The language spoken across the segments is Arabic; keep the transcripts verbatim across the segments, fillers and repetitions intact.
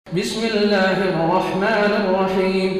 بسم الله الرحمن الرحيم.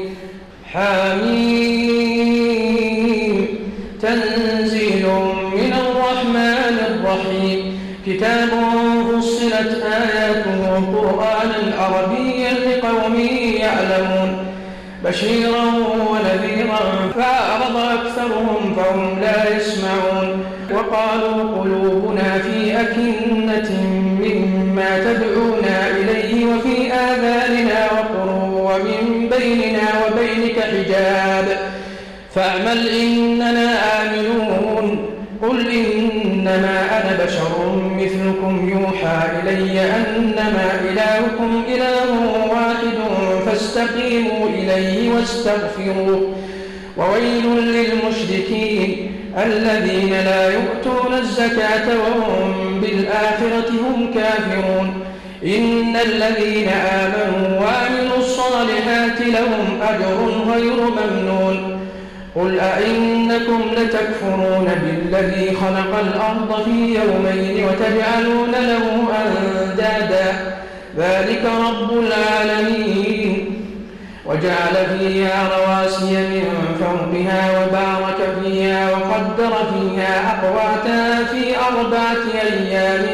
حميم تنزيل من الرحمن الرحيم. كتاب فصلت آياته قرآنا عربيا لقوم يعلمون بشيرا ونذيرا فأعرض أكثرهم فهم لا يسمعون وقالوا قلوبنا في أكنة مما تدعونا إليه وفي آذاننا وقر ومن بيننا وبينك حجاب فاعمل إننا آمنون. قل إنما أنا بشر مثلكم يوحى إلي أنما إلهكم إله واحد فاستقيموا إليه واستغفروه. وويل للمشركين الذين لا يؤتون الزكاة وهم بالآخرة هم كافرون. إن الذين آمنوا وعملوا الصالحات لهم أجر غير ممنون. قل أئنكم لتكفرون بالذي خلق الأرض في يومين وتجعلون له أندادا ذلك رب العالمين. وجعل فيها رواسي من فوقها وبارك فيها وقدر فيها أقواتها في أربعة أيام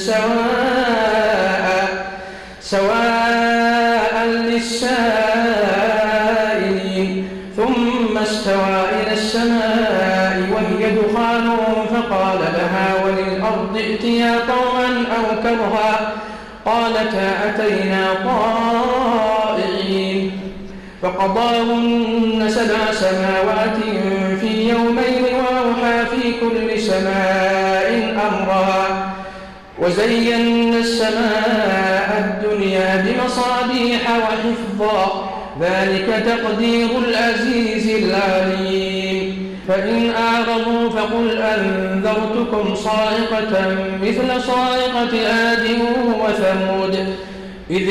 سواء سواء للسائلين. ثم استوى إلى السماء وهي دخان فقال لها وللأرض ائتيا طوعا أو كرها قالتا أتينا طائعين. فقضاهن سبع سماوات في يومين وأوحى في كل سماء أمرها وزينا السماء الدنيا بمصابيح وحفظا ذلك تقدير العزيز العليم. فإن أعرضوا فقل أنذرتكم صاعقة مثل صاعقة عاد وثمود إذ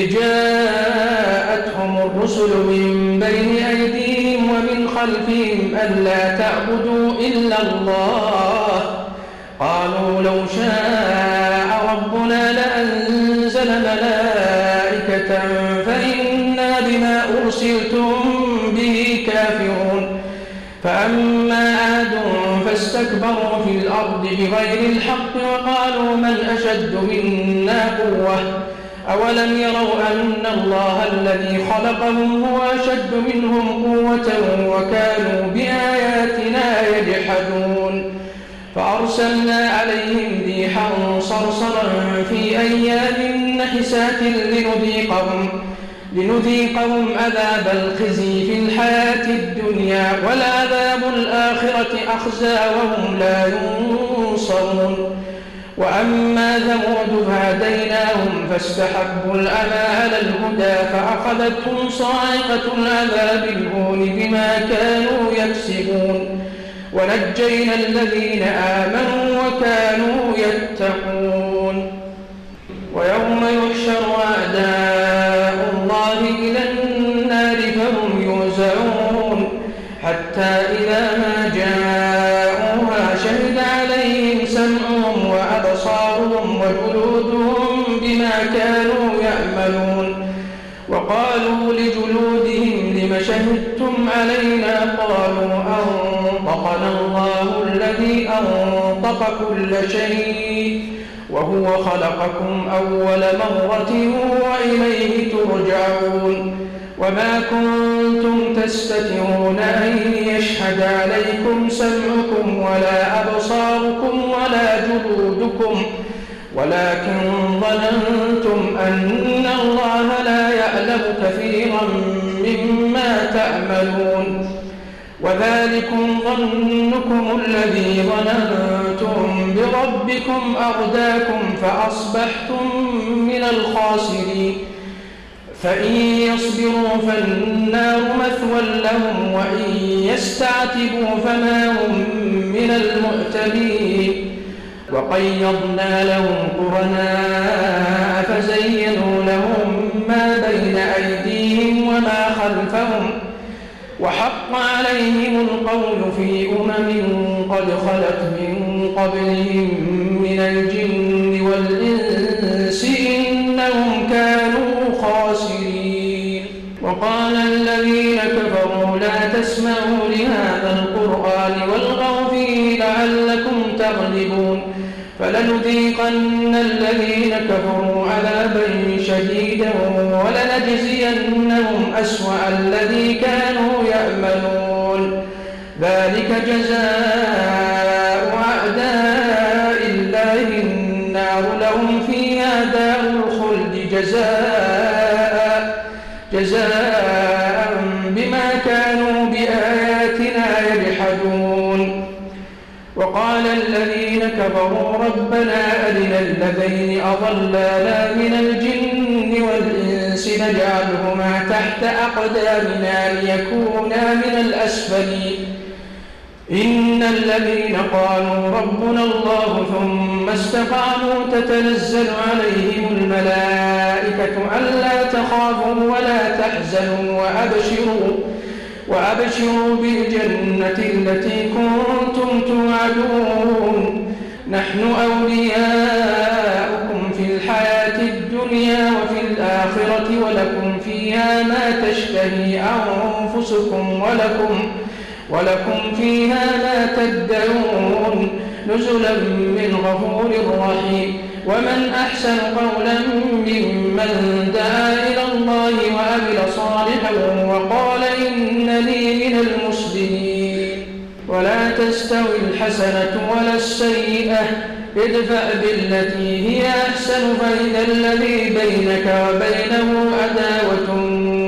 جاءتهم الرسل من بين أيديهم ومن خلفهم ألا تعبدوا إلا الله قالوا لو شاء ربنا لأنزل ملائكة فإنا بما أرسلتم به كافرون. فأما عاد فاستكبروا في الأرض بغير الحق وقالوا من أشد منا قوة أولم يروا أن الله الذي خلقهم هو أشد منهم قوة وكانوا بآياتنا يجحدون. فأرسلنا عليهم ريحا صرصرا في أيام نحسات لنذيقهم, لنذيقهم عذاب الخزي في الحياة الدنيا ولعذاب الآخرة أخزى وهم لا ينصرون. وأما ثمود فهديناهم فاستحبوا العمى على الهدى فأخذتهم صاعقة العذاب الهون بما كانوا يكسبون. ونجينا الذين آمنوا وكانوا يتقون. ويوم يحشر أعداء الله إلى النار فهم يوزعون حتى إذا ما جاءوها شهد عليهم سمعهم وأبصارهم وجلودهم بما كانوا يعملون. وقالوا لجلودهم لم شهدتم علينا قالوا أنطقنا الله الذي أنطق كل شيء وهو خلقكم أول مرة وإليه ترجعون. وما كنتم تستترون أن يشهد عليكم سمعكم ولا أبصاركم ولا جلودكم ولكن ظننتم أن الله لا يعلم كثيرا مما تعملون. وذلكم ظنكم الذي ظننتم بربكم أرداكم فأصبحتم من الخاسرين. فإن يصبروا فالنار مثوى لهم وإن يستعتبوا فما هم من المعتبين. وقيضنا لهم قرناء فزينوا لهم ما بين أيديهم وما خلفهم وحق عليهم القول في أمم قد خلت من قبلهم من الجن والإنس إنهم كانوا خاسرين. وقال الذين كفروا لا تسمعوا لهذا القرآن والغوا فيه لعلكم تغلبون فلنذيقن الذين كفروا عذابا شديدا ولنجزينهم أسوأ الذي كانوا يعملون ذلك جزاء أعداء الله النار لهم فيها دار الخلد جزاء جزاء بما كانوا بآياتنا يجحدون وقال الذين كفروا ربنا أرنا الذين أضلانا من الجن والإنس نجعلهما تحت أقدامنا ليكونا من الأسفلين إن الذين قالوا ربنا الله ثم استقاموا تتنزل عليهم الملائكة ألا تخافوا ولا تحزنوا وأبشروا وأبشروا بالجنة التي كنتم توعدون نحن أولياؤكم في الحياة الدنيا وفي الآخرة ولكم فيها ما تشتهي أنفسكم ولكم ولكم فيها ما تدعون نزلا من غفور رحيم ومن أحسن قولا ممن دعا إلى الله وعمل صالحا وقال إنني من المسلمين ولا تستوي الحسنة ولا السيئة ادفع بالتي هي أحسن فإذا الذي بينك وبينه عداوة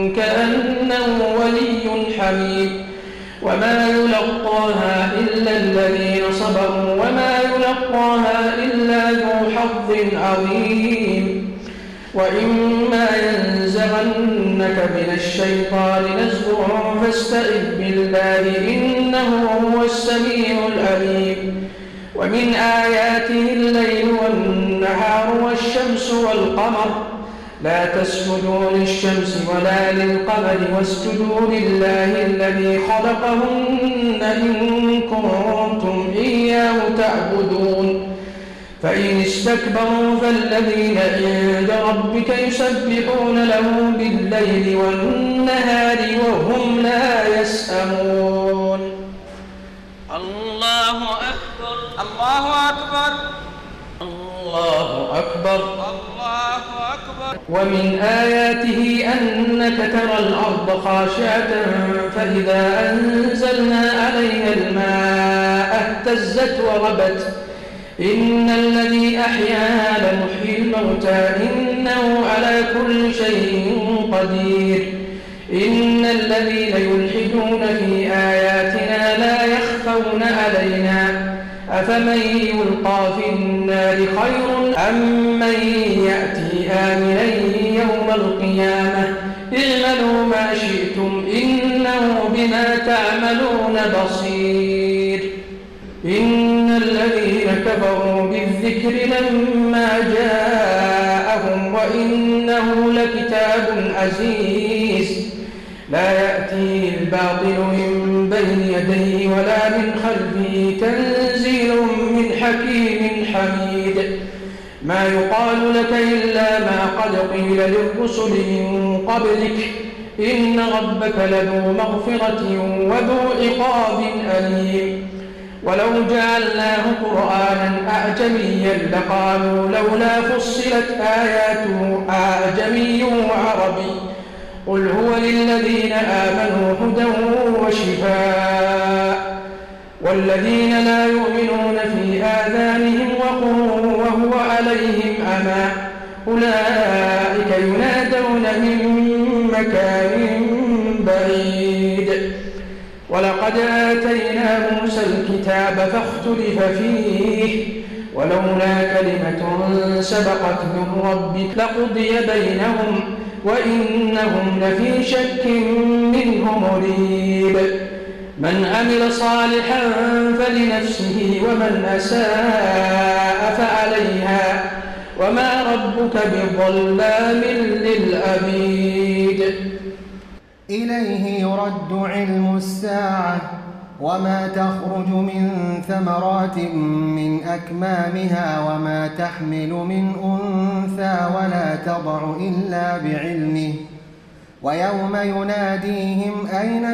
كأنه ولي حميم وما يلقاها إلا الذين صبروا وما يلقاها إلا ذو حظ عظيم وإما ينزغنك من الشيطان نزغ فاستعذ بالله إنه هو السميع العليم ومن آياته الليل والنهار والشمس والقمر لا تسجدوا للشمس ولا للقمر واسجدوا لله الذي خلقهن إن كنتم إياه تعبدون فإن استكبروا فالذين عند ربك يسبحون له بالليل والنهار وهم لا يسأمون الله أكبر الله أكبر الله أكبر الله أكبر ومن آياته أنك ترى الأرض خاشعة فإذا أنزلنا عليها الماء اهتزت وربت إن الذي أحياها لمحيي الموتى إنه على كل شيء قدير إن الذين يلحدون في آياتنا لا يخفون علينا أفمن يلقى في النار خير أم من يأتي آمنا يوم القيامة اعملوا ما شئتم إنه بما تعملون بصير إن الذين كفروا بالذكر لما جاءهم وإنه لكتاب عزيز لا يأتيه الباطل من بين يديه ولا من خلفه تنزيل من حكيم حميد ما يقال لك إلا ما قد قيل للرسل من قبلك إن ربك لذو مغفرة وذو عقاب أليم ولو جعلناه قرآنا أعجميا لقالوا لولا فصلت آياته أعجمي وعربي قل هو للذين آمنوا هدى وشفاء والذين لا يؤمنون في آذانهم وقر وهو عليهم أمى أولئك ينادون من مكان بعيد ولقد آتينا موسى الكتاب فاختلف فيه ولولا كلمة سبقت من ربك لقضي بينهم وإنهم لفي شك منه مريب من عمل صالحا فلنفسه ومن أساء فعليها وما ربك بظلام للعبيد إليه يرد علم الساعة وما تخرج من ثمرات من أكمامها وما تحمل من أنثى ولا تضع إلا بعلمه ويوم يناديهم أين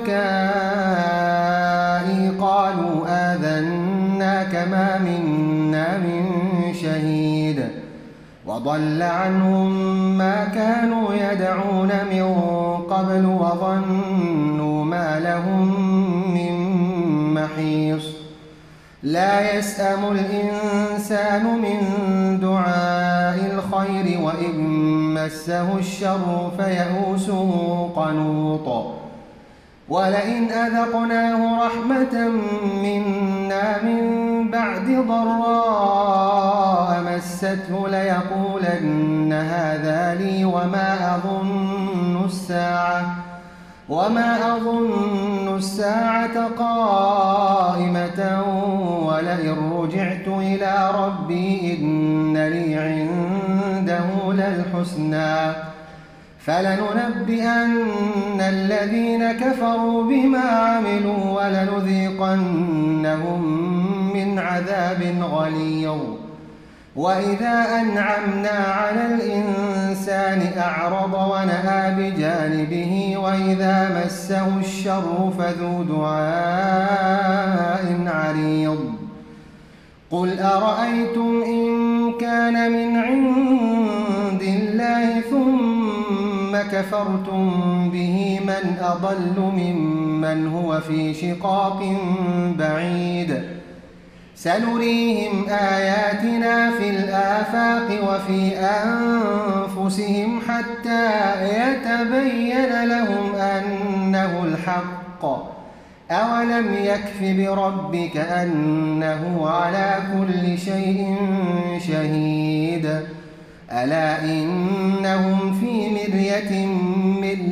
شركائي قالوا آذناك ما منا من شهيد وضل عنهم ما كانوا يدعون من قبل وظنوا ما لهم من محيص لا يسأم الإنسان من دعاء الخير وإن مسه الشر فيئوس قنوط ولئن أذقناه رحمة منا من بعد ضراء مسته ليقولن هذا لي وما أظن الساعة وما أظن الساعة قائمة ولئن رجعت إلى ربي إن لي عنده للحسنى فلننبئن الذين كفروا بما عملوا ولنذيقنهم من عذاب غليظ وإذا أنعمنا على الإنسان أعرض ونأى بجانبه وإذا مسه الشر فذو دعاء عريض قل أرأيتم إن كان من عند الله ثم كفرتم به من أضل ممن هو في شقاق بعيد سنريهم آياتنا في الآفاق وفي أنفسهم حتى يتبين لهم أنه الحق أولم يكف بربك أنه على كل شيء شهيد ألا إنهم في مرية من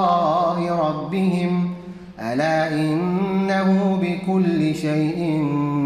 لقاء ربهم ألا إنه بكل شيء